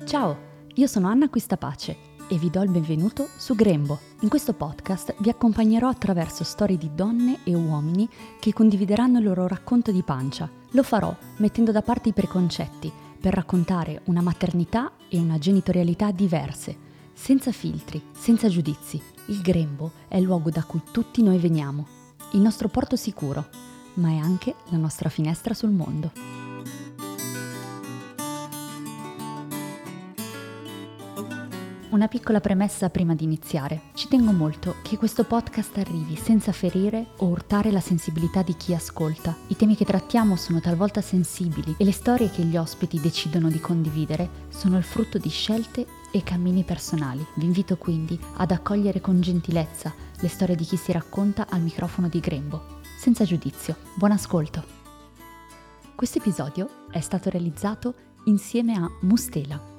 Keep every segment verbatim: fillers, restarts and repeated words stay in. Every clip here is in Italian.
Ciao, io sono Anna Quistapace e vi do il benvenuto su Grembo. In questo podcast vi accompagnerò attraverso storie di donne e uomini che condivideranno il loro racconto di pancia. Lo farò mettendo da parte i preconcetti per raccontare una maternità e una genitorialità diverse, senza filtri, senza giudizi. Il Grembo è il luogo da cui tutti noi veniamo, il nostro porto sicuro, ma è anche la nostra finestra sul mondo. Una piccola premessa prima di iniziare. Ci tengo molto che questo podcast arrivi senza ferire o urtare la sensibilità di chi ascolta. I temi che trattiamo sono talvolta sensibili e le storie che gli ospiti decidono di condividere sono il frutto di scelte e cammini personali. Vi invito quindi ad accogliere con gentilezza le storie di chi si racconta al microfono di Grembo, senza giudizio. Buon ascolto! Questo episodio è stato realizzato insieme a Mustela.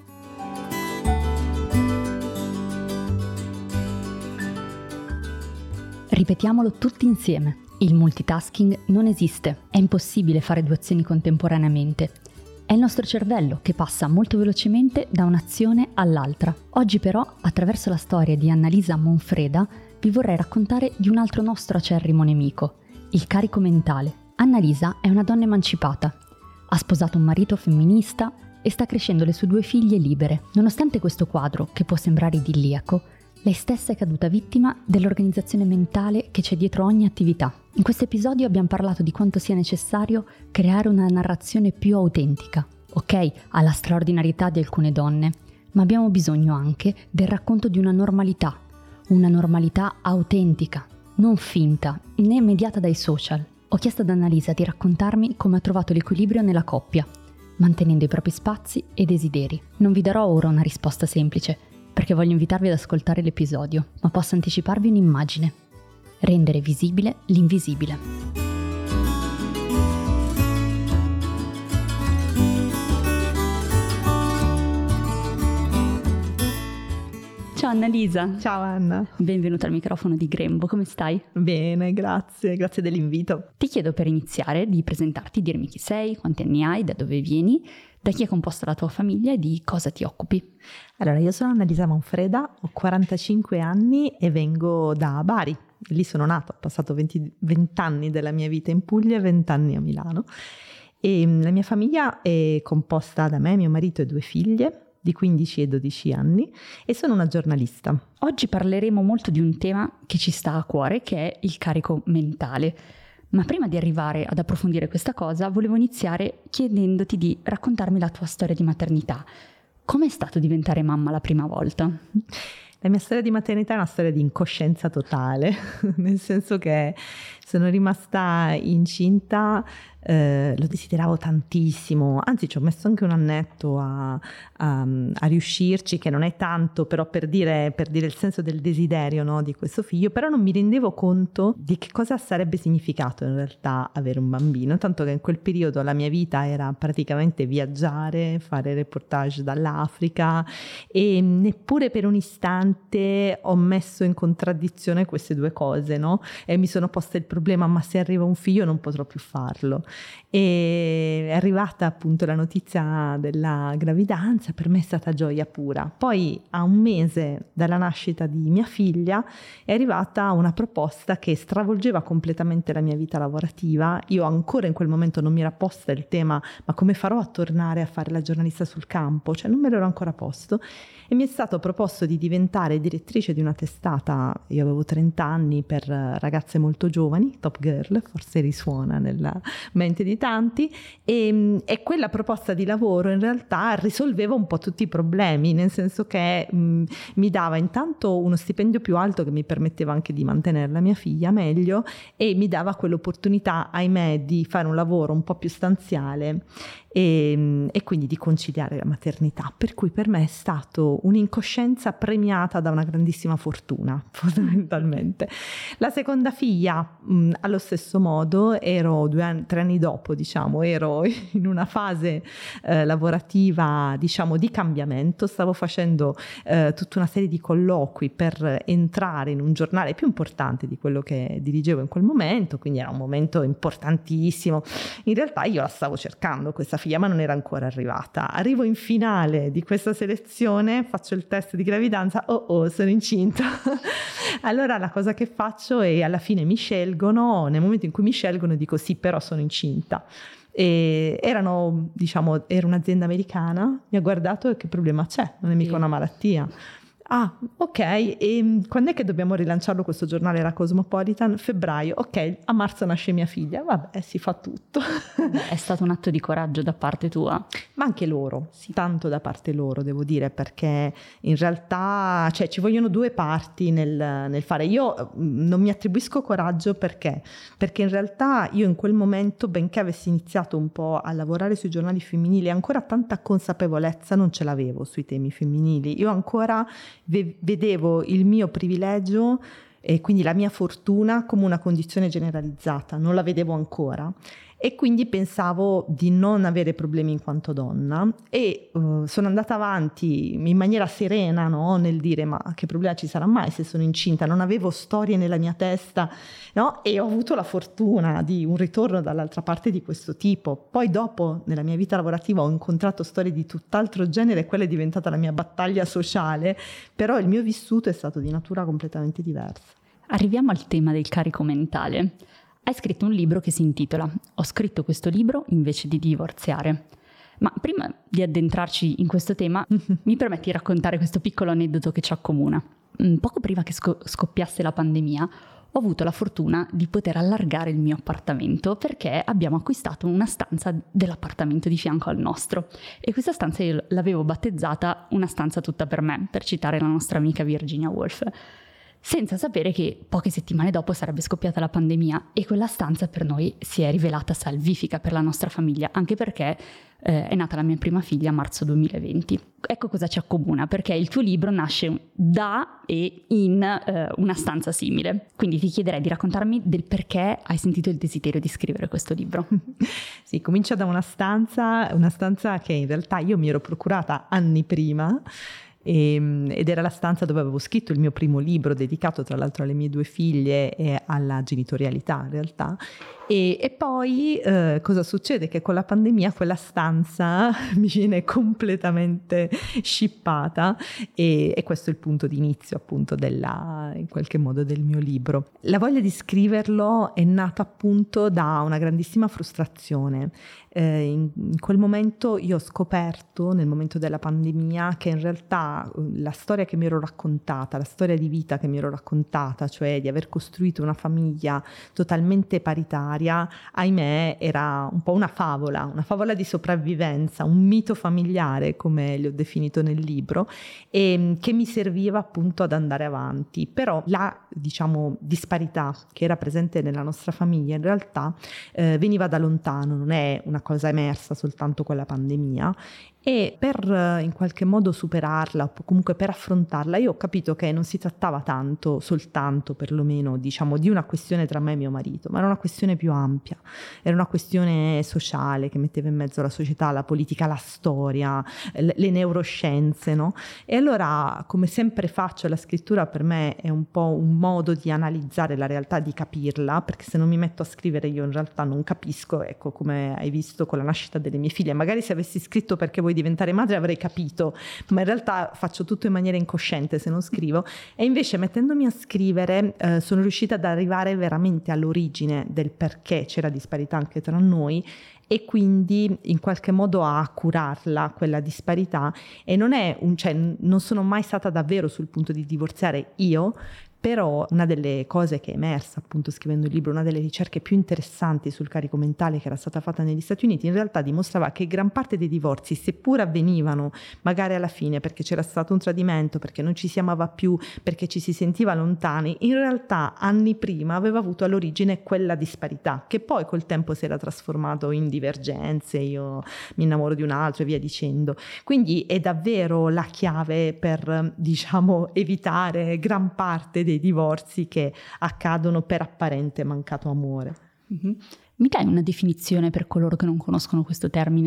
Ripetiamolo tutti insieme. Il multitasking non esiste. È impossibile fare due azioni contemporaneamente. È il nostro cervello che passa molto velocemente da un'azione all'altra. Oggi però, attraverso la storia di Annalisa Monfreda, vi vorrei raccontare di un altro nostro acerrimo nemico, il carico mentale. Annalisa è una donna emancipata. Ha sposato un marito femminista e sta crescendo le sue due figlie libere. Nonostante questo quadro, che può sembrare idilliaco, lei stessa è caduta vittima dell'organizzazione mentale che c'è dietro ogni attività. In questo episodio abbiamo parlato di quanto sia necessario creare una narrazione più autentica. Ok, alla straordinarietà di alcune donne, ma abbiamo bisogno anche del racconto di una normalità, una normalità autentica, non finta né mediata dai social. Ho chiesto ad Annalisa di raccontarmi come ha trovato l'equilibrio nella coppia, mantenendo i propri spazi e desideri. Non vi darò ora una risposta semplice, perché voglio invitarvi ad ascoltare l'episodio, ma posso anticiparvi un'immagine: rendere visibile l'invisibile. Ciao Annalisa. Ciao Anna. Benvenuta al microfono di Grembo, come stai? Bene, grazie, grazie dell'invito. Ti chiedo per iniziare di presentarti, dirmi chi sei, quanti anni hai, da dove vieni, da chi è composta la tua famiglia e di cosa ti occupi. Allora, io sono Annalisa Monfreda, ho quarantacinque anni e vengo da Bari. Lì sono nata, ho passato venti, venti anni della mia vita in Puglia e venti anni a Milano. E la mia famiglia è composta da me, mio marito e due figlie di quindici e dodici anni, e sono una giornalista. Oggi parleremo molto di un tema che ci sta a cuore, che è il carico mentale. Ma prima di arrivare ad approfondire questa cosa, volevo iniziare chiedendoti di raccontarmi la tua storia di maternità. Com'è stato diventare mamma la prima volta? La mia storia di maternità è una storia di incoscienza totale, nel senso che sono rimasta incinta, eh, lo desideravo tantissimo, anzi ci ho messo anche un annetto a, a, a riuscirci, che non è tanto, però per dire, per dire il senso del desiderio, no, di questo figlio, però non mi rendevo conto di che cosa sarebbe significato in realtà avere un bambino, tanto che in quel periodo la mia vita era praticamente viaggiare, fare reportage dall'Africa, e neppure per un istante ho messo in contraddizione queste due cose, no? E mi sono posta il problema: ma se arriva un figlio non potrò più farlo. E è arrivata appunto la notizia della gravidanza, per me è stata gioia pura. Poi a un mese dalla nascita di mia figlia è arrivata una proposta che stravolgeva completamente la mia vita lavorativa. Io ancora in quel momento non mi era posta il tema: ma come farò a tornare a fare la giornalista sul campo? Cioè non me l'ero ancora posto, e mi è stato proposto di diventare direttrice di una testata, io avevo trenta anni, per ragazze molto giovani, Top Girl, forse risuona nella mente di tanti, e, e quella proposta di lavoro in realtà risolveva un po' tutti i problemi, nel senso che mh, mi dava intanto uno stipendio più alto che mi permetteva anche di mantenere la mia figlia meglio, e mi dava quell'opportunità, ahimè, di fare un lavoro un po' più stanziale e, e quindi di conciliare la maternità, per cui per me è stato un'incoscienza premiata da una grandissima fortuna, fondamentalmente. La seconda figlia mh, allo stesso modo, ero due anni, tre anni dopo, diciamo, ero in una fase eh, lavorativa, diciamo, di cambiamento. Stavo facendo eh, tutta una serie di colloqui per entrare in un giornale più importante di quello che dirigevo in quel momento, quindi era un momento importantissimo. In realtà io la stavo cercando questa figlia figlia, ma non era ancora arrivata. Arrivo in finale di questa selezione, faccio il test di gravidanza, oh oh, sono incinta. Allora la cosa che faccio è, alla fine mi scelgono, nel momento in cui mi scelgono dico sì, però sono incinta. E erano, diciamo, era un'azienda americana, mi ha guardato e che problema c'è? Non è mica sì. una malattia. Ah, ok, e quando è che dobbiamo rilanciarlo questo giornale? Era Cosmopolitan? Febbraio, ok, a marzo nasce mia figlia, vabbè, si fa tutto. Beh, è stato un atto di coraggio da parte tua. Ma anche loro, sì, tanto da parte loro devo dire, perché in realtà cioè, ci vogliono due parti nel, nel fare. Io non mi attribuisco coraggio perché? Perché in realtà io in quel momento, benché avessi iniziato un po' a lavorare sui giornali femminili, ancora tanta consapevolezza non ce l'avevo sui temi femminili. Io ancora vedevo il mio privilegio e quindi la mia fortuna come una condizione generalizzata, non la vedevo ancora e quindi pensavo di non avere problemi in quanto donna e uh, sono andata avanti in maniera serena, no? Nel dire ma che problema ci sarà mai se sono incinta, non avevo storie nella mia testa, no? E ho avuto la fortuna di un ritorno dall'altra parte di questo tipo. Poi dopo nella mia vita lavorativa ho incontrato storie di tutt'altro genere e quella è diventata la mia battaglia sociale, però il mio vissuto è stato di natura completamente diversa. Arriviamo al tema del carico mentale. Hai scritto un libro che si intitola Ho scritto questo libro invece di divorziare. Ma prima di addentrarci in questo tema, mi permetti di raccontare questo piccolo aneddoto che ci accomuna. Poco prima che scoppiasse la pandemia, ho avuto la fortuna di poter allargare il mio appartamento perché abbiamo acquistato una stanza dell'appartamento di fianco al nostro. E questa stanza io l'avevo battezzata una stanza tutta per me, per citare la nostra amica Virginia Woolf, senza sapere che poche settimane dopo sarebbe scoppiata la pandemia e quella stanza per noi si è rivelata salvifica per la nostra famiglia, anche perché eh, è nata la mia prima figlia a marzo duemilaventi. Ecco cosa ci accomuna, perché il tuo libro nasce da e in eh, una stanza simile. Quindi ti chiederei di raccontarmi del perché hai sentito il desiderio di scrivere questo libro. Sì, comincia da una stanza, una stanza che in realtà io mi ero procurata anni prima, ed era la stanza dove avevo scritto il mio primo libro, dedicato tra l'altro alle mie due figlie e alla genitorialità in realtà. E, e poi eh, cosa succede? Che con la pandemia quella stanza mi viene completamente scippata e, e questo è il punto di inizio appunto della, in qualche modo del mio libro. La voglia di scriverlo è nata appunto da una grandissima frustrazione. Eh, in, in quel momento io ho scoperto, nel momento della pandemia, che in realtà la storia che mi ero raccontata, la storia di vita che mi ero raccontata, cioè di aver costruito una famiglia totalmente paritaria, ahimè era un po' una favola, una favola di sopravvivenza, un mito familiare come li ho definito nel libro, e che mi serviva appunto ad andare avanti. Però la, diciamo, disparità che era presente nella nostra famiglia in realtà eh, veniva da lontano, non è una cosa emersa soltanto con la pandemia. E per in qualche modo superarla o comunque per affrontarla io ho capito che non si trattava tanto, soltanto perlomeno diciamo di una questione tra me e mio marito, ma era una questione più ampia, era una questione sociale che metteva in mezzo la società, la politica, la storia, le, le neuroscienze, no? E allora, come sempre faccio, la scrittura per me è un po' un modo di analizzare la realtà, di capirla, perché se non mi metto a scrivere io in realtà non capisco, ecco, come hai visto con la nascita delle mie figlie, magari se avessi scritto perché vuoi diventare madre avrei capito, ma in realtà faccio tutto in maniera incosciente se non scrivo, e invece mettendomi a scrivere eh, sono riuscita ad arrivare veramente all'origine del perché c'era disparità anche tra noi e quindi in qualche modo a curarla quella disparità. E non è un, cioè, non sono mai stata davvero sul punto di divorziare io, però una delle cose che è emersa appunto scrivendo il libro, una delle ricerche più interessanti sul carico mentale che era stata fatta negli Stati Uniti, in realtà dimostrava che gran parte dei divorzi, seppur avvenivano magari alla fine perché c'era stato un tradimento, perché non ci si amava più, perché ci si sentiva lontani, in realtà anni prima aveva avuto all'origine quella disparità che poi col tempo si era trasformato in divergenze, io mi innamoro di un altro e via dicendo. Quindi è davvero la chiave per, diciamo, evitare gran parte dei divorzi che accadono per apparente mancato amore. Mm-hmm. Mi dai una definizione per coloro che non conoscono questo termine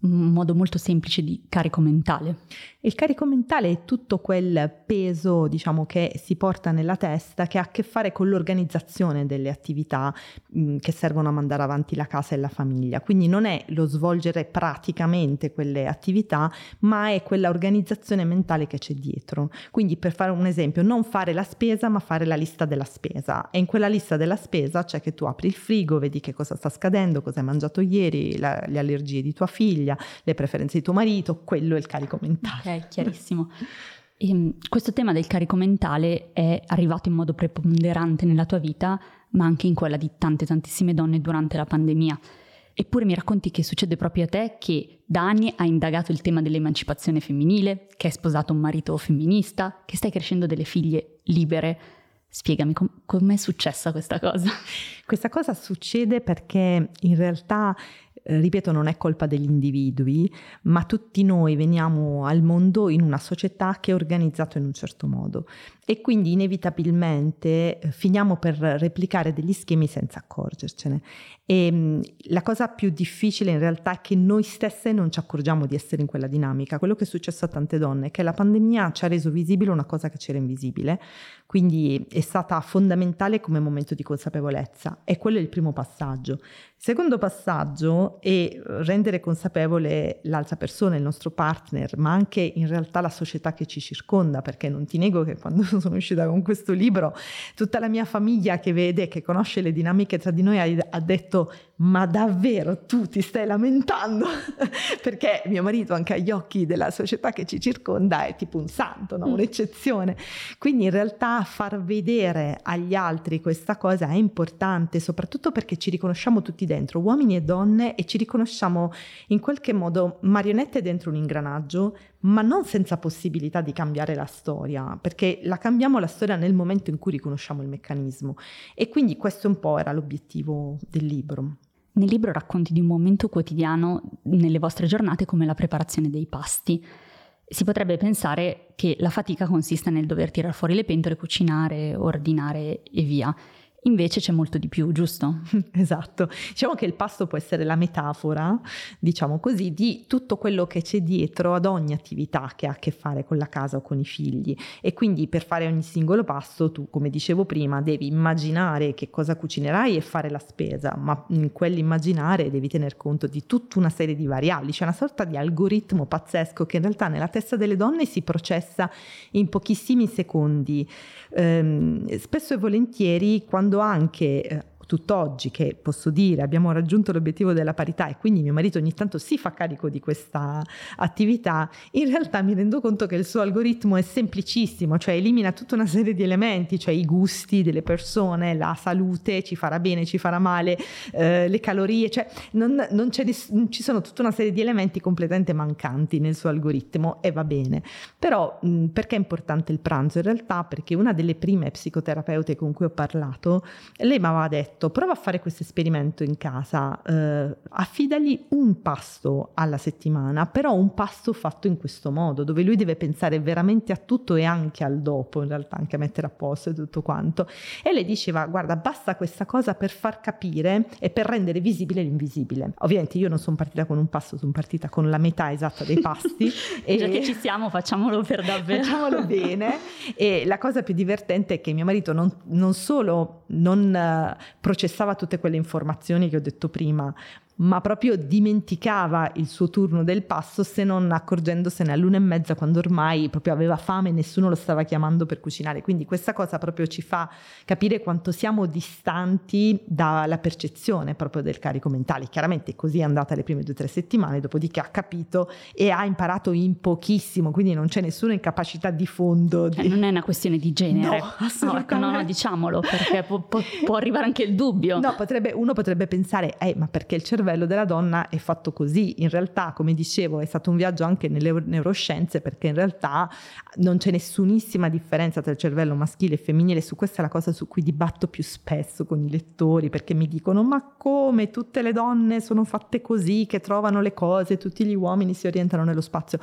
un modo molto semplice di carico mentale. Il carico mentale è tutto quel peso, diciamo, che si porta nella testa, che ha a che fare con l'organizzazione delle attività mh, che servono a mandare avanti la casa e la famiglia. Quindi non è lo svolgere praticamente quelle attività, ma è quella organizzazione mentale che c'è dietro. Quindi, per fare un esempio, non fare la spesa, ma fare la lista della spesa. E in quella lista della spesa c'è che tu apri il frigo, vedi che cosa sta scadendo, cosa hai mangiato ieri, la, le allergie di tua figlia, le preferenze di tuo marito, quello è il carico mentale. Ok, chiarissimo. E, questo tema del carico mentale è arrivato in modo preponderante nella tua vita, ma anche in quella di tante tantissime donne durante la pandemia. Eppure mi racconti che succede proprio a te, che da anni hai indagato il tema dell'emancipazione femminile, che hai sposato un marito femminista, che stai crescendo delle figlie libere. Spiegami com- com'è successa questa cosa? Questa cosa succede perché in realtà, eh, ripeto, non è colpa degli individui, ma tutti noi veniamo al mondo in una società che è organizzata in un certo modo e quindi inevitabilmente eh, finiamo per replicare degli schemi senza accorgercene. E mh, la cosa più difficile in realtà è che noi stesse non ci accorgiamo di essere in quella dinamica. Quello che è successo a tante donne è che la pandemia ci ha reso visibile una cosa che c'era invisibile, quindi è stata fondamentale come momento di consapevolezza, e quello è il primo passaggio. Il secondo passaggio è rendere consapevole l'altra persona, il nostro partner, ma anche in realtà la società che ci circonda, perché non ti nego che quando sono uscita con questo libro tutta la mia famiglia, che vede, che conosce le dinamiche tra di noi, ha, ha detto: ma davvero tu ti stai lamentando? Perché mio marito, anche agli occhi della società che ci circonda, è tipo un santo, no? Un'eccezione. Quindi in realtà far vedere agli altri questa cosa è importante, soprattutto perché ci riconosciamo tutti dentro, uomini e donne, e ci riconosciamo in qualche modo marionette dentro un ingranaggio, ma non senza possibilità di cambiare la storia, perché la cambiamo la storia nel momento in cui riconosciamo il meccanismo. E quindi questo un po' era l'obiettivo del libro. Nel libro racconti di un momento quotidiano nelle vostre giornate come la preparazione dei pasti. Si potrebbe pensare che la fatica consista nel dover tirare fuori le pentole, cucinare, ordinare e via. Invece c'è molto di più, giusto? Esatto. Diciamo che il pasto può essere la metafora, diciamo così, di tutto quello che c'è dietro ad ogni attività che ha a che fare con la casa o con i figli. E quindi per fare ogni singolo pasto tu, come dicevo prima, devi immaginare che cosa cucinerai e fare la spesa, ma in quell'immaginare devi tener conto di tutta una serie di variabili. C'è una sorta di algoritmo pazzesco che in realtà nella testa delle donne si processa in pochissimi secondi. Ehm, spesso e volentieri, quando anche eh, tutt'oggi, che posso dire abbiamo raggiunto l'obiettivo della parità e quindi mio marito ogni tanto si fa carico di questa attività, in realtà mi rendo conto che il suo algoritmo è semplicissimo, cioè elimina tutta una serie di elementi, cioè i gusti delle persone, la salute, ci farà bene, ci farà male, eh, le calorie, cioè non, non c'è ness- non ci sono tutta una serie di elementi completamente mancanti nel suo algoritmo, e va bene. Però mh, perché è importante il pranzo? In realtà perché una delle prime psicoterapeute con cui ho parlato, lei mi aveva detto: prova a fare questo esperimento in casa, eh, affidagli un pasto alla settimana, però un pasto fatto in questo modo, dove lui deve pensare veramente a tutto e anche al dopo, in realtà anche a mettere a posto e tutto quanto. E lei diceva: guarda, basta questa cosa per far capire e per rendere visibile l'invisibile. Ovviamente io non sono partita con un pasto, sono partita con la metà esatta dei pasti. E già che ci siamo, facciamolo per davvero. Facciamolo bene. E la cosa più divertente è che mio marito non, non solo non uh, processava tutte quelle informazioni che ho detto prima, ma proprio dimenticava il suo turno del pasto, se non accorgendosene all'una e mezza, quando ormai proprio aveva fame e nessuno lo stava chiamando per cucinare. Quindi questa cosa proprio ci fa capire quanto siamo distanti dalla percezione proprio del carico mentale. Chiaramente così è andata le prime due o tre settimane, dopodiché ha capito e ha imparato in pochissimo, quindi non c'è nessuna incapacità di fondo di... Eh, non è una questione di genere. No, assolutamente. No, no, no, diciamolo, perché può, può, può arrivare anche il dubbio. No, potrebbe, uno potrebbe pensare, eh, ma perché il cervello Il cervello della donna è fatto così. In realtà, come dicevo, è stato un viaggio anche nelle neuroscienze, perché in realtà non c'è nessunissima differenza tra il cervello maschile e femminile. Su questa è la cosa su cui dibatto più spesso con i lettori, perché mi dicono: ma come, tutte le donne sono fatte così, che trovano le cose, tutti gli uomini si orientano nello spazio?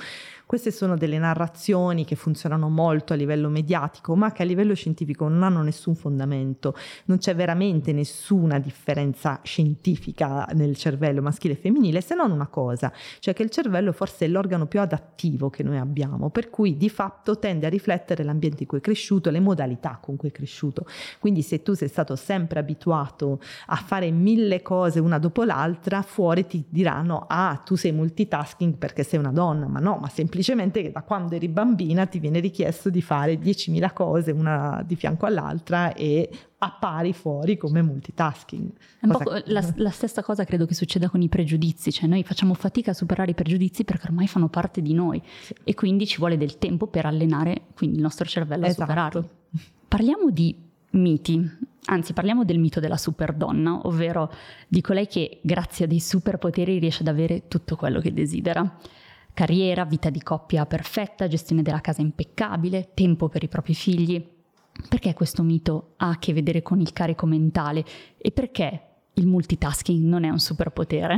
Queste sono delle narrazioni che funzionano molto a livello mediatico, ma che a livello scientifico non hanno nessun fondamento. Non c'è veramente nessuna differenza scientifica nel cervello maschile e femminile, se non una cosa, cioè che il cervello forse è l'organo più adattivo che noi abbiamo, per cui di fatto tende a riflettere l'ambiente in cui è cresciuto, le modalità con cui è cresciuto. Quindi se tu sei stato sempre abituato a fare mille cose una dopo l'altra, fuori ti diranno: ah, tu sei multitasking perché sei una donna. Ma no, ma semplicemente che da quando eri bambina ti viene richiesto di fare diecimila cose una di fianco all'altra e appari fuori come multitasking. È un po' la, la stessa cosa credo che succeda con i pregiudizi, cioè noi facciamo fatica a superare i pregiudizi perché ormai fanno parte di noi, sì. E quindi ci vuole del tempo per allenare quindi il nostro cervello, esatto, a superarlo. Parliamo di miti, anzi parliamo del mito della superdonna, ovvero di colei che grazie a dei superpoteri riesce ad avere tutto quello che desidera. Carriera, vita di coppia perfetta, gestione della casa impeccabile, tempo per i propri figli. Perché questo mito ha a che vedere con il carico mentale e perché il multitasking non è un superpotere?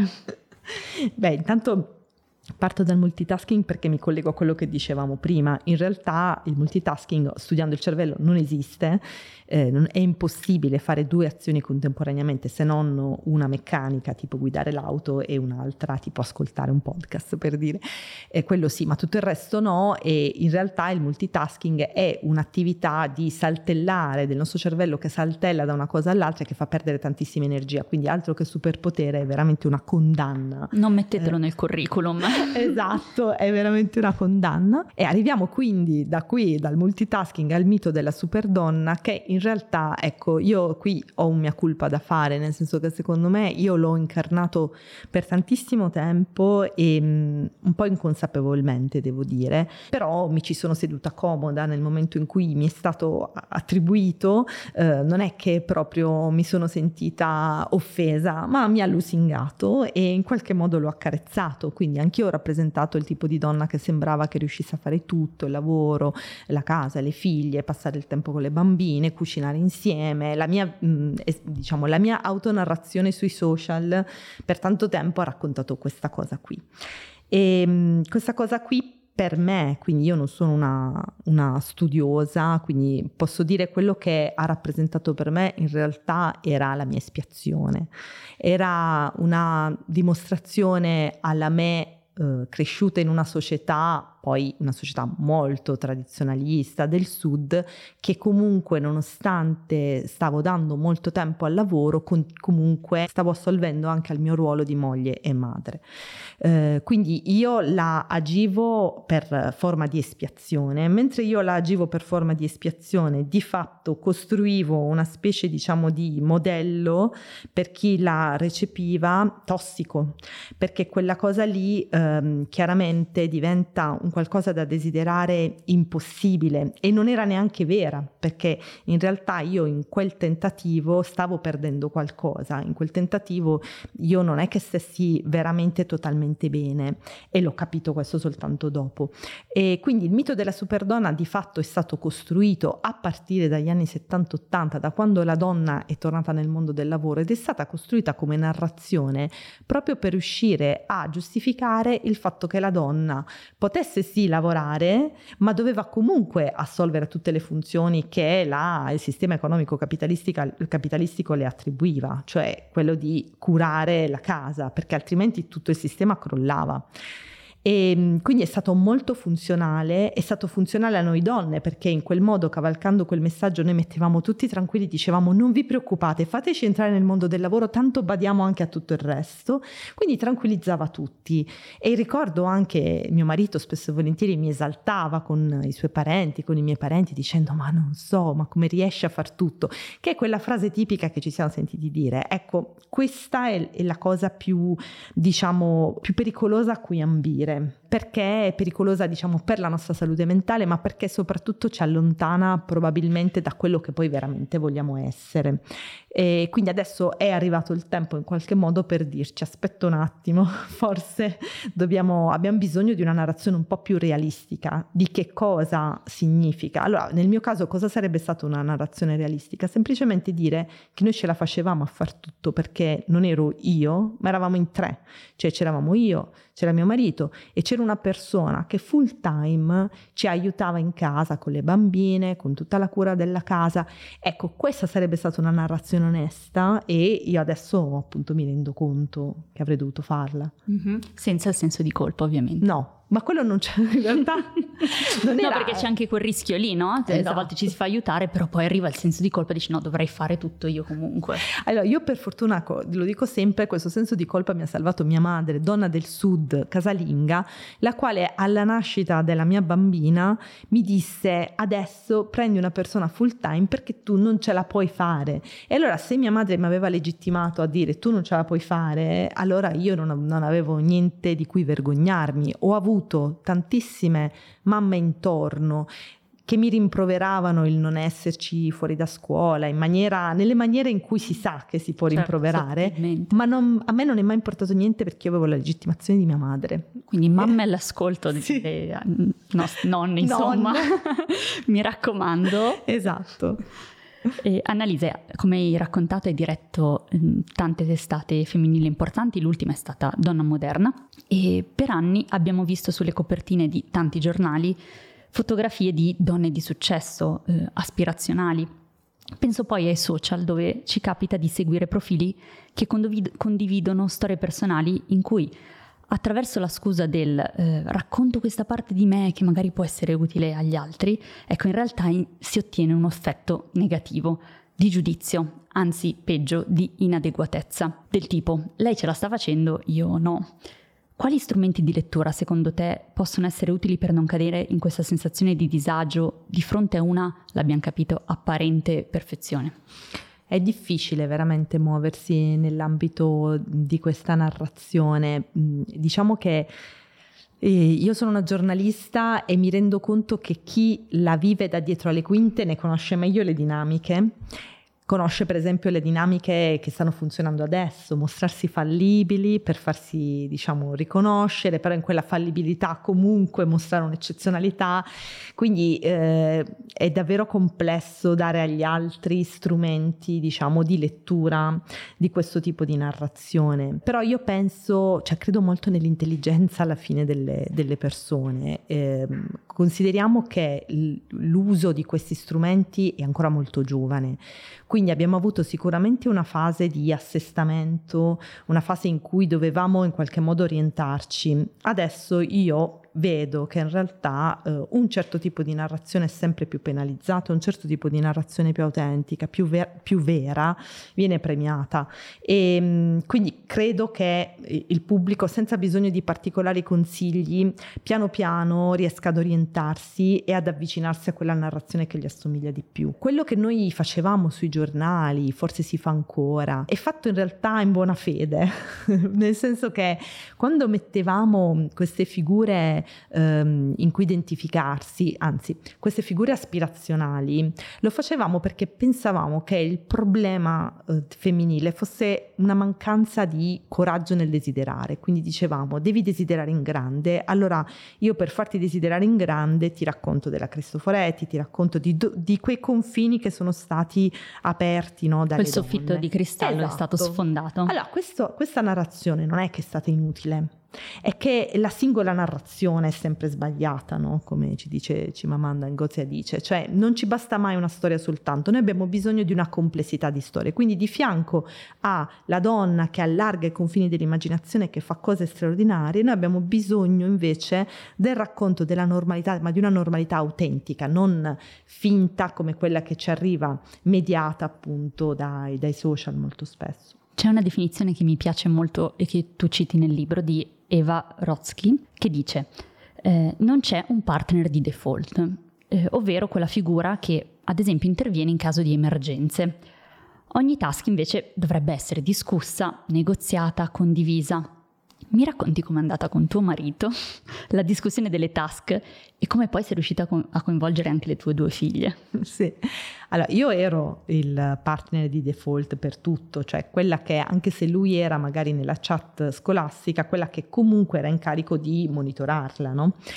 Beh, intanto parto dal multitasking perché mi collego a quello che dicevamo prima. In realtà il multitasking, studiando il cervello, non esiste, eh, non, è impossibile fare due azioni contemporaneamente, se non una meccanica tipo guidare l'auto e un'altra tipo ascoltare un podcast, per dire, eh, quello sì, ma tutto il resto no. E in realtà il multitasking è un'attività di saltellare del nostro cervello che saltella da una cosa all'altra e che fa perdere tantissima energia, quindi altro che superpotere, è veramente una condanna. Non mettetelo eh. nel curriculum. Esatto, è veramente una condanna. E arriviamo quindi da qui, dal multitasking al mito della superdonna, che in realtà, ecco, io qui ho un mea culpa da fare, nel senso che secondo me io l'ho incarnato per tantissimo tempo e um, un po' inconsapevolmente, devo dire, però mi ci sono seduta comoda nel momento in cui mi è stato attribuito, eh, non è che proprio mi sono sentita offesa, ma mi ha lusingato e in qualche modo l'ho accarezzato, quindi anch'io ho rappresentato il tipo di donna che sembrava che riuscisse a fare tutto, il lavoro, la casa, le figlie, passare il tempo con le bambine, cucinare insieme. La mia, mh, diciamo, la mia autonarrazione sui social per tanto tempo ha raccontato questa cosa qui. E mh, questa cosa qui per me, quindi io non sono una, una studiosa, quindi posso dire quello che ha rappresentato per me in realtà era la mia espiazione, era una dimostrazione alla me eh, cresciuta in una società, poi una società molto tradizionalista del sud, che comunque nonostante stavo dando molto tempo al lavoro, con, comunque stavo assolvendo anche al mio ruolo di moglie e madre. Eh, quindi io la agivo per forma di espiazione, mentre io la agivo per forma di espiazione, di fatto costruivo una specie, diciamo, di modello per chi la recepiva tossico, perché quella cosa lì ehm, chiaramente diventa un qualcosa da desiderare impossibile e non era neanche vera, perché in realtà io in quel tentativo stavo perdendo qualcosa, in quel tentativo io non è che stessi veramente totalmente bene e l'ho capito questo soltanto dopo. E quindi il mito della superdonna di fatto è stato costruito a partire dagli anni settanta ottanta, da quando la donna è tornata nel mondo del lavoro, ed è stata costruita come narrazione proprio per riuscire a giustificare il fatto che la donna potesse sì lavorare, ma doveva comunque assolvere a tutte le funzioni che la, il sistema economico capitalistico le attribuiva, cioè quello di curare la casa, perché altrimenti tutto il sistema crollava. E quindi è stato molto funzionale, è stato funzionale a noi donne, perché in quel modo, cavalcando quel messaggio, noi mettevamo tutti tranquilli, dicevamo: non vi preoccupate, fateci entrare nel mondo del lavoro, tanto badiamo anche a tutto il resto. Quindi tranquillizzava tutti. E ricordo anche mio marito spesso e volentieri mi esaltava con i suoi parenti, con i miei parenti, dicendo: ma non so, ma come riesci a far tutto? Che è quella frase tipica che ci siamo sentiti dire. Ecco, questa è, è la cosa più, diciamo, più pericolosa a cui ambire. Perché è pericolosa, diciamo, per la nostra salute mentale, ma perché soprattutto ci allontana probabilmente da quello che poi veramente vogliamo essere. E quindi adesso è arrivato il tempo in qualche modo per dirci: aspetta un attimo, forse dobbiamo, abbiamo bisogno di una narrazione un po' più realistica di che cosa significa. Allora, nel mio caso cosa sarebbe stata una narrazione realistica? Semplicemente dire che noi ce la facevamo a far tutto, perché non ero io, ma eravamo in tre, cioè c'eravamo io, c'era mio marito e c'era una persona che full time ci aiutava in casa con le bambine, con tutta la cura della casa. Ecco, questa sarebbe stata una narrazione onesta e io adesso appunto mi rendo conto che avrei dovuto farla. Mm-hmm. Senza il senso di colpa, ovviamente. No. Ma quello non c'è in realtà. Non no, era... perché c'è anche quel rischio lì, no? Esatto. A volte ci si fa aiutare, però poi arriva il senso di colpa e dici no, dovrei fare tutto io comunque. Allora, io per fortuna, lo dico sempre, questo senso di colpa mi ha salvato mia madre, donna del sud, casalinga, la quale alla nascita della mia bambina mi disse: adesso prendi una persona full time perché tu non ce la puoi fare. E allora se mia madre mi aveva legittimato a dire tu non ce la puoi fare, allora io non, non avevo niente di cui vergognarmi. Ho avuto tantissime mamme intorno che mi rimproveravano il non esserci fuori da scuola in maniera, nelle maniere in cui si sa che si può rimproverare, certo, ma non, a me non è mai importato niente perché io avevo la legittimazione di mia madre. Quindi mamme all'ascolto, sì. eh, no, nonne insomma, mi raccomando. Esatto. Eh, Annalisa, come hai raccontato, hai diretto eh, tante testate femminili importanti, l'ultima è stata Donna Moderna, e per anni abbiamo visto sulle copertine di tanti giornali fotografie di donne di successo, eh, aspirazionali. Penso poi ai social, dove ci capita di seguire profili che condivid- condividono storie personali in cui, attraverso la scusa del eh, racconto questa parte di me che magari può essere utile agli altri, ecco, in realtà in, si ottiene un effetto negativo, di giudizio, anzi peggio, di inadeguatezza, del tipo lei ce la sta facendo, io no. Quali strumenti di lettura secondo te possono essere utili per non cadere in questa sensazione di disagio di fronte a una, l'abbiamo capito, apparente perfezione? È difficile veramente muoversi nell'ambito di questa narrazione. Diciamo che io sono una giornalista e mi rendo conto che chi la vive da dietro alle quinte ne conosce meglio le dinamiche. Conosce per esempio le dinamiche che stanno funzionando adesso, mostrarsi fallibili per farsi, diciamo, riconoscere, però in quella fallibilità comunque mostrare un'eccezionalità. Quindi eh, è davvero complesso dare agli altri strumenti, diciamo, di lettura di questo tipo di narrazione. Però io penso, cioè credo molto nell'intelligenza alla fine delle, delle persone. Eh, consideriamo che l'uso di questi strumenti è ancora molto giovane. Quindi abbiamo avuto sicuramente una fase di assestamento, una fase in cui dovevamo in qualche modo orientarci. Adesso io vedo che in realtà eh, un certo tipo di narrazione è sempre più penalizzata, un certo tipo di narrazione più autentica, più, ver- più vera, viene premiata. E mh, quindi credo che il pubblico, senza bisogno di particolari consigli, piano piano riesca ad orientarsi e ad avvicinarsi a quella narrazione che gli assomiglia di più. Quello che noi facevamo sui giornali, forse si fa ancora, è fatto in realtà in buona fede, nel senso che quando mettevamo queste figure in cui identificarsi, anzi queste figure aspirazionali, lo facevamo perché pensavamo che il problema eh, femminile fosse una mancanza di coraggio nel desiderare. Quindi dicevamo: devi desiderare in grande, allora io per farti desiderare in grande ti racconto della Cristoforetti, ti racconto di, di quei confini che sono stati aperti, no, dalle quel soffitto donne. di cristallo Esatto. È stato sfondato. Allora questo, questa narrazione non è che è stata inutile, è che la singola narrazione è sempre sbagliata, no? Come ci dice Chimamanda Ngozi Adichie, cioè non ci basta mai una storia soltanto, noi abbiamo bisogno di una complessità di storie. Quindi di fianco alla donna che allarga i confini dell'immaginazione, che fa cose straordinarie, noi abbiamo bisogno invece del racconto della normalità, ma di una normalità autentica, non finta come quella che ci arriva mediata appunto dai, dai social molto spesso. C'è una definizione che mi piace molto e che tu citi nel libro di Eva Rodsky, che dice eh, non c'è un partner di default, eh, ovvero quella figura che ad esempio interviene in caso di emergenze. Ogni task invece dovrebbe essere discussa, negoziata, condivisa. Mi racconti com'è andata con tuo marito la discussione delle task e come poi sei riuscita a coinvolgere anche le tue due figlie? Sì, allora io ero il partner di default per tutto, cioè quella che, anche se lui era magari nella chat scolastica, quella che comunque era in carico di monitorarla, no?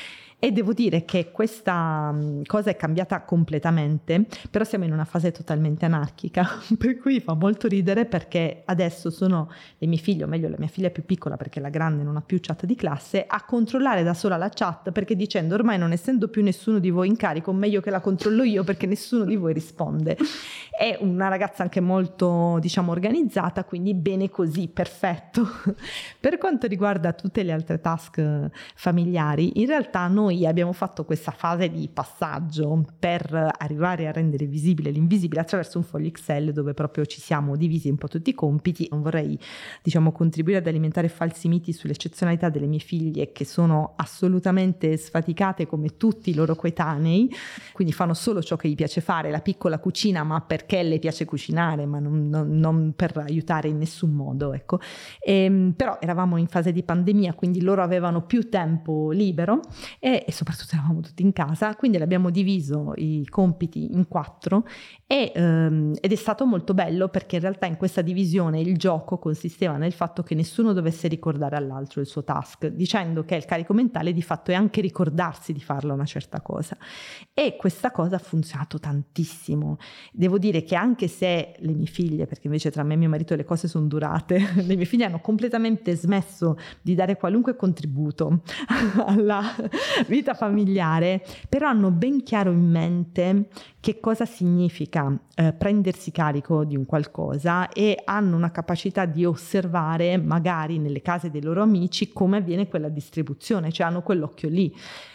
E devo dire che questa cosa è cambiata completamente, però siamo in una fase totalmente anarchica, per cui fa molto ridere, perché adesso sono le mie figlie, o meglio la mia figlia più piccola, perché la grande non ha più chat di classe, a controllare da sola la chat, perché dicendo ormai non essendo più nessuno di voi in carico, meglio che la controllo io perché nessuno di voi risponde. È una ragazza anche molto, diciamo, organizzata, quindi bene così, perfetto. Per quanto riguarda tutte le altre task familiari, in realtà noi abbiamo fatto questa fase di passaggio per arrivare a rendere visibile l'invisibile attraverso un foglio Excel dove proprio ci siamo divisi un po' tutti i compiti. Non vorrei, diciamo, contribuire ad alimentare falsi miti sull'eccezionalità delle mie figlie, che sono assolutamente sfaticate come tutti i loro coetanei, quindi fanno solo ciò che gli piace fare. La piccola cucina, ma perché le piace cucinare, ma non, non, non per aiutare in nessun modo, ecco. E, però eravamo in fase di pandemia, quindi loro avevano più tempo libero e, e soprattutto eravamo tutti in casa, quindi l'abbiamo diviso i compiti in quattro e, ehm, ed è stato molto bello, perché in realtà in questa divisione il gioco consisteva nel fatto che nessuno dovesse ricordare all'altro il suo task, dicendo che il carico mentale di fatto è anche ricordarsi di farla una certa cosa, e questa cosa ha funzionato tantissimo. Devo dire che anche se le mie figlie, perché invece tra me e mio marito le cose sono durate, le mie figlie hanno completamente smesso di dare qualunque contributo alla vita familiare, però hanno ben chiaro in mente che cosa significa eh, prendersi carico di un qualcosa, e hanno una capacità di osservare magari nelle case dei loro amici come avviene quella distribuzione, cioè hanno quell'occhio lì.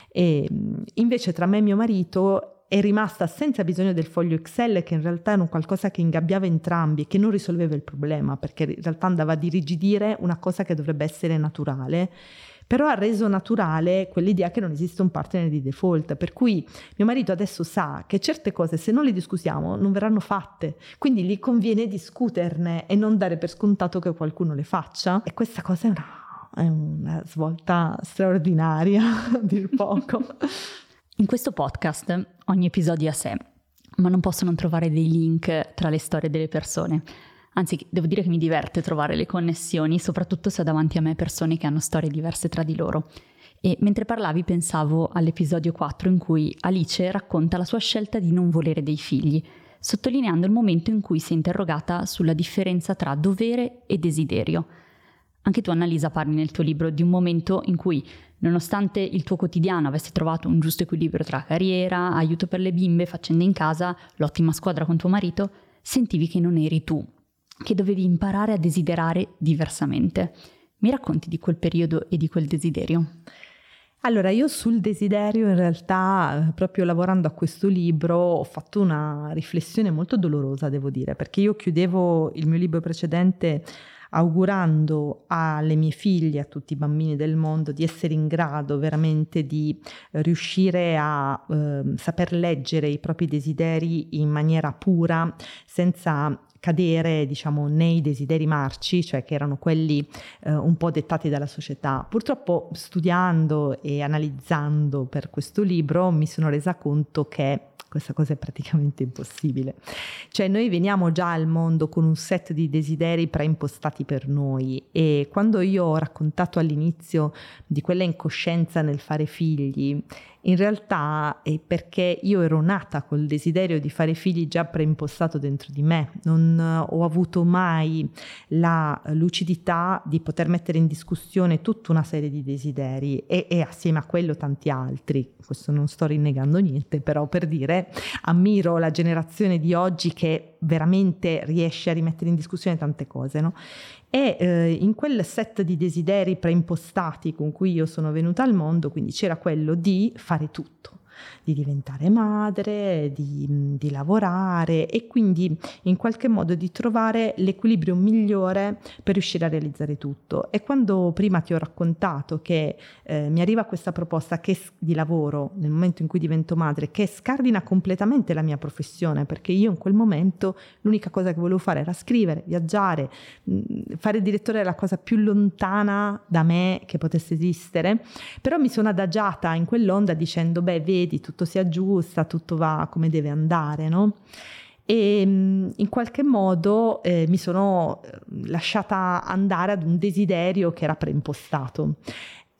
E invece tra me e mio marito è rimasta senza bisogno del foglio Excel, che in realtà era un qualcosa che ingabbiava entrambi e che non risolveva il problema, perché in realtà andava a dirigidire una cosa che dovrebbe essere naturale, però ha reso naturale quell'idea che non esiste un partner di default, per cui mio marito adesso sa che certe cose, se non le discutiamo, non verranno fatte, quindi gli conviene discuterne e non dare per scontato che qualcuno le faccia, e questa cosa è una, è una svolta straordinaria, a dir poco. In questo podcast ogni episodio è a sé, ma non posso non trovare dei link tra le storie delle persone. Anzi, devo dire che mi diverte trovare le connessioni, soprattutto se ho davanti a me persone che hanno storie diverse tra di loro. E mentre parlavi pensavo all'episodio quattro in cui Alice racconta la sua scelta di non volere dei figli, sottolineando il momento in cui si è interrogata sulla differenza tra dovere e desiderio. Anche tu, Annalisa, parli nel tuo libro di un momento in cui, nonostante il tuo quotidiano avesse trovato un giusto equilibrio tra carriera, aiuto per le bimbe, faccende in casa, l'ottima squadra con tuo marito, sentivi che non eri tu, che dovevi imparare a desiderare diversamente. Mi racconti di quel periodo e di quel desiderio? Allora, io sul desiderio in realtà, proprio lavorando a questo libro, ho fatto una riflessione molto dolorosa, devo dire, perché io chiudevo il mio libro precedente augurando alle mie figlie, a tutti i bambini del mondo, di essere in grado veramente di riuscire a eh, saper leggere i propri desideri in maniera pura, senza cadere, diciamo, nei desideri marci, cioè che erano quelli eh, un po' dettati dalla società. Purtroppo, studiando e analizzando per questo libro, mi sono resa conto che questa cosa è praticamente impossibile. Cioè, noi veniamo già al mondo con un set di desideri preimpostati per noi, e quando io ho raccontato all'inizio di quella incoscienza nel fare figli, in realtà è perché io ero nata col desiderio di fare figli già preimpostato dentro di me. Non ho avuto mai la lucidità di poter mettere in discussione tutta una serie di desideri e, e assieme a quello tanti altri. Questo non sto rinnegando niente, però per dire, ammiro la generazione di oggi che veramente riesce a rimettere in discussione tante cose, no? E eh, in quel set di desideri preimpostati con cui io sono venuta al mondo, quindi c'era quello di fare tutto, di diventare madre, di, di lavorare, e quindi in qualche modo di trovare l'equilibrio migliore per riuscire a realizzare tutto. E quando prima ti ho raccontato che eh, mi arriva questa proposta che, di lavoro nel momento in cui divento madre, che scardina completamente la mia professione, perché io in quel momento l'unica cosa che volevo fare era scrivere, viaggiare, mh, fare il direttore era la cosa più lontana da me che potesse esistere, però mi sono adagiata in quell'onda dicendo, beh, vedi, tutto si aggiusta, tutto va come deve andare, no? E in qualche modo eh, mi sono lasciata andare ad un desiderio che era preimpostato.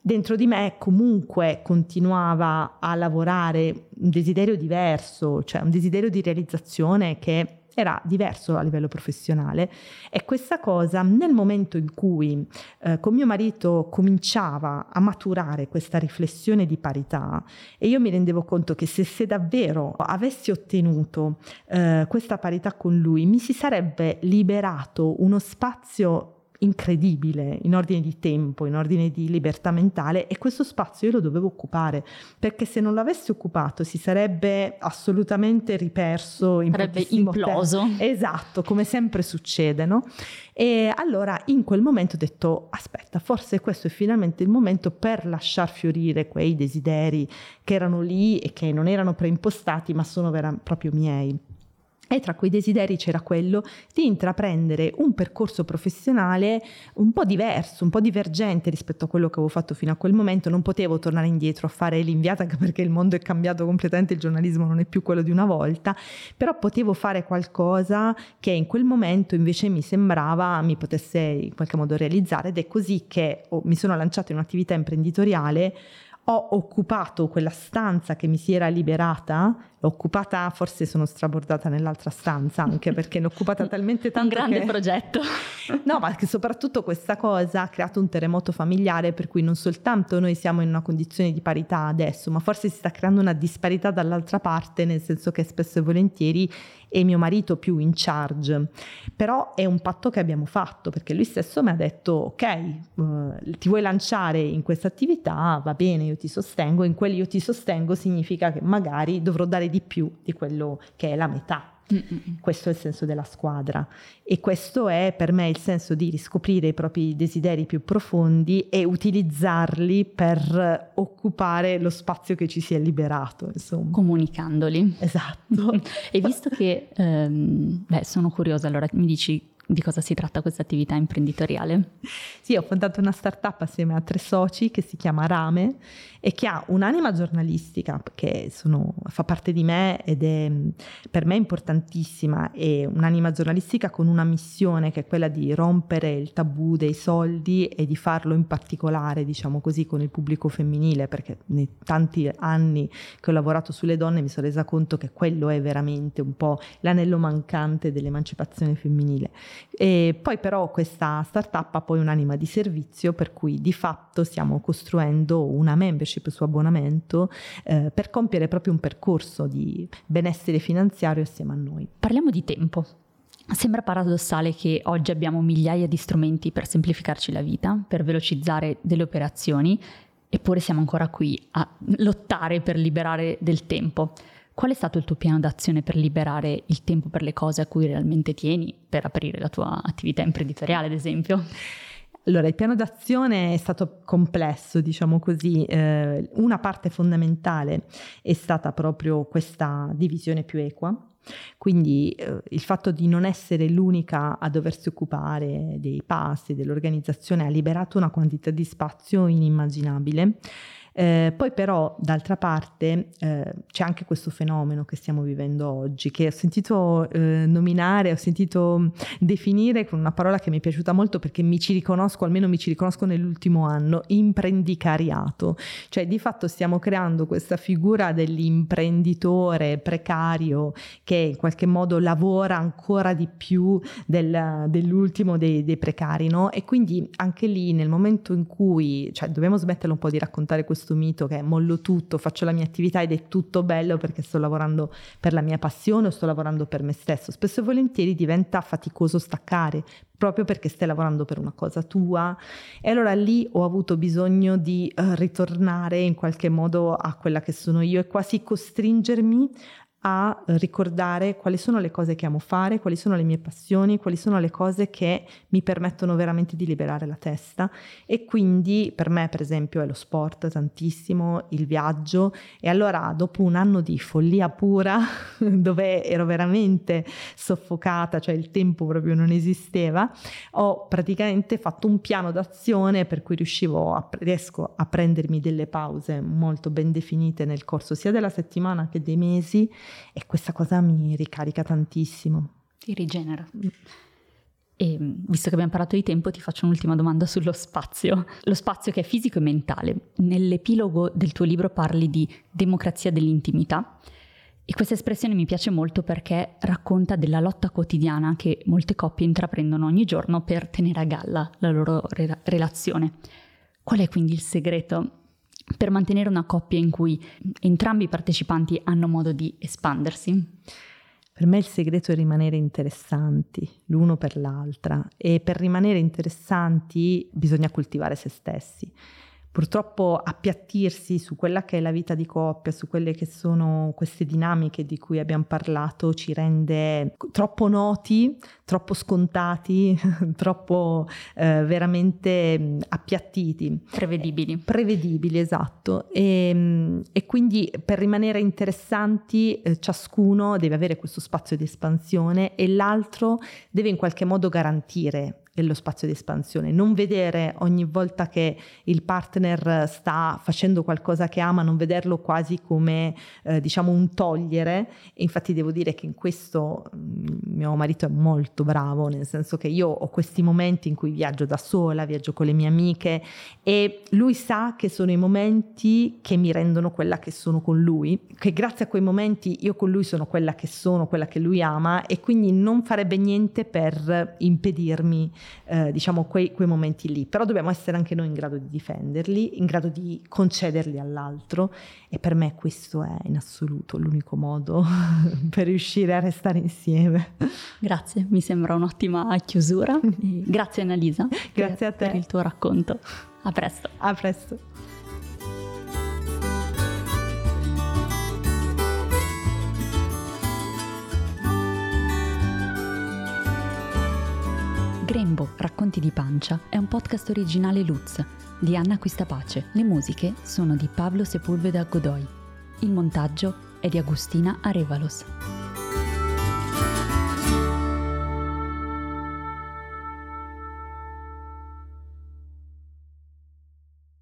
dentro di me comunque continuava a lavorare un desiderio diverso, cioè un desiderio di realizzazione che era diverso a livello professionale, e questa cosa nel momento in cui eh, con mio marito cominciava a maturare questa riflessione di parità, e io mi rendevo conto che se, se davvero avessi ottenuto eh, questa parità con lui, mi si sarebbe liberato uno spazio incredibile in ordine di tempo, in ordine di libertà mentale, e questo spazio io lo dovevo occupare, perché se non l'avessi occupato si sarebbe assolutamente riperso in sarebbe imploso tempo. Esatto, come sempre succede, no? E allora in quel momento ho detto aspetta, forse questo è finalmente il momento per lasciar fiorire quei desideri che erano lì e che non erano preimpostati ma sono vera- proprio miei. E tra quei desideri c'era quello di intraprendere un percorso professionale un po' diverso, un po' divergente rispetto a quello che avevo fatto fino a quel momento. Non potevo tornare indietro a fare l'inviata, anche perché il mondo è cambiato completamente, il giornalismo non è più quello di una volta, però potevo fare qualcosa che in quel momento invece mi sembrava mi potesse in qualche modo realizzare, ed è così che oh, mi sono lanciata in un'attività imprenditoriale. Ho occupato quella stanza che mi si era liberata, l'ho occupata, forse sono strabordata nell'altra stanza, anche perché l'ho occupata talmente tanto. Un grande che... progetto. No, ma che soprattutto questa cosa ha creato un terremoto familiare, per cui non soltanto noi siamo in una condizione di parità adesso, ma forse si sta creando una disparità dall'altra parte, nel senso che spesso e volentieri è mio marito più in charge. Però è un patto che abbiamo fatto, perché lui stesso mi ha detto ok, uh, ti vuoi lanciare in questa attività, va bene, io ti sostengo. In quel io ti sostengo significa che magari dovrò dare di più di quello che è la metà. Mm-mm. Questo è il senso della squadra, e questo è per me il senso di riscoprire i propri desideri più profondi e utilizzarli per occupare lo spazio che ci si è liberato, insomma. Comunicandoli. Esatto. E visto che ehm, beh, sono curiosa, allora mi dici di cosa si tratta questa attività imprenditoriale? Sì, ho fondato una startup assieme a tre soci che si chiama Rame e che ha un'anima giornalistica che sono, fa parte di me ed è per me importantissima, è un'anima giornalistica con una missione che è quella di rompere il tabù dei soldi e di farlo in particolare, diciamo così, con il pubblico femminile, perché nei tanti anni che ho lavorato sulle donne mi sono resa conto che quello è veramente un po' l'anello mancante dell'emancipazione femminile. E poi però questa startup ha poi un'anima di servizio, per cui di fatto stiamo costruendo una membership su abbonamento eh, per compiere proprio un percorso di benessere finanziario assieme a noi. Parliamo di tempo. Sembra paradossale che oggi abbiamo migliaia di strumenti per semplificarci la vita, per velocizzare delle operazioni, eppure siamo ancora qui a lottare per liberare del tempo. Qual è stato il tuo piano d'azione per liberare il tempo per le cose a cui realmente tieni, per aprire la tua attività imprenditoriale, ad esempio? Allora, il piano d'azione è stato complesso, diciamo così. Eh, una parte fondamentale è stata proprio questa divisione più equa. Quindi eh, il fatto di non essere l'unica a doversi occupare dei pasti, dell'organizzazione, ha liberato una quantità di spazio inimmaginabile. Eh, poi però d'altra parte eh, c'è anche questo fenomeno che stiamo vivendo oggi, che ho sentito eh, nominare, ho sentito definire con una parola che mi è piaciuta molto, perché mi ci riconosco, almeno mi ci riconosco nell'ultimo anno: imprendicariato. Cioè di fatto stiamo creando questa figura dell'imprenditore precario che in qualche modo lavora ancora di più del, dell'ultimo dei, dei precari, no? E quindi anche lì, nel momento in cui, cioè dobbiamo smetterla un po' di raccontare questo mito che mollo tutto, faccio la mia attività ed è tutto bello perché sto lavorando per la mia passione o sto lavorando per me stesso. Spesso e volentieri diventa faticoso staccare, proprio perché stai lavorando per una cosa tua. E allora lì ho avuto bisogno di uh, ritornare in qualche modo a quella che sono io e quasi costringermi a ricordare quali sono le cose che amo fare, quali sono le mie passioni, quali sono le cose che mi permettono veramente di liberare la testa. E quindi per me, per esempio, è lo sport tantissimo, il viaggio. E allora dopo un anno di follia pura dove ero veramente soffocata, cioè il tempo proprio non esisteva, ho praticamente fatto un piano d'azione per cui riuscivo a, riesco a prendermi delle pause molto ben definite nel corso sia della settimana che dei mesi, e questa cosa mi ricarica tantissimo. Ti rigenera. E visto che abbiamo parlato di tempo, ti faccio un'ultima domanda sullo spazio. Lo spazio che è fisico e mentale. Nell'epilogo del tuo libro parli di democrazia dell'intimità e questa espressione mi piace molto perché racconta della lotta quotidiana che molte coppie intraprendono ogni giorno per tenere a galla la loro re- relazione. Qual è quindi il segreto per mantenere una coppia in cui entrambi i partecipanti hanno modo di espandersi? Per me il segreto è rimanere interessanti l'uno per l'altra, e per rimanere interessanti bisogna coltivare se stessi. Purtroppo appiattirsi su quella che è la vita di coppia, su quelle che sono queste dinamiche di cui abbiamo parlato, ci rende troppo noti, troppo scontati, troppo eh, veramente appiattiti. Prevedibili. Prevedibili, esatto. E, e quindi per rimanere interessanti eh, ciascuno deve avere questo spazio di espansione e l'altro deve in qualche modo garantire lo spazio di espansione, non vedere ogni volta che il partner sta facendo qualcosa che ama, non vederlo quasi come eh, diciamo un togliere. E infatti devo dire che in questo mh, mio marito è molto bravo, nel senso che io ho questi momenti in cui viaggio da sola, viaggio con le mie amiche e lui sa che sono i momenti che mi rendono quella che sono con lui, che grazie a quei momenti io con lui sono quella che sono, quella che lui ama, e quindi non farebbe niente per impedirmi Eh, diciamo quei, quei momenti lì. Però dobbiamo essere anche noi in grado di difenderli, in grado di concederli all'altro, e per me questo è in assoluto l'unico modo per riuscire a restare insieme. Grazie, mi sembra un'ottima chiusura. Grazie Annalisa. Grazie a te per il tuo racconto. A presto. A presto. Grembo, Racconti di Pancia è un podcast originale Lutz di Anna Quistapace. Le musiche sono di Pablo Sepúlveda Godoy. Il montaggio è di Agustina Arevalos.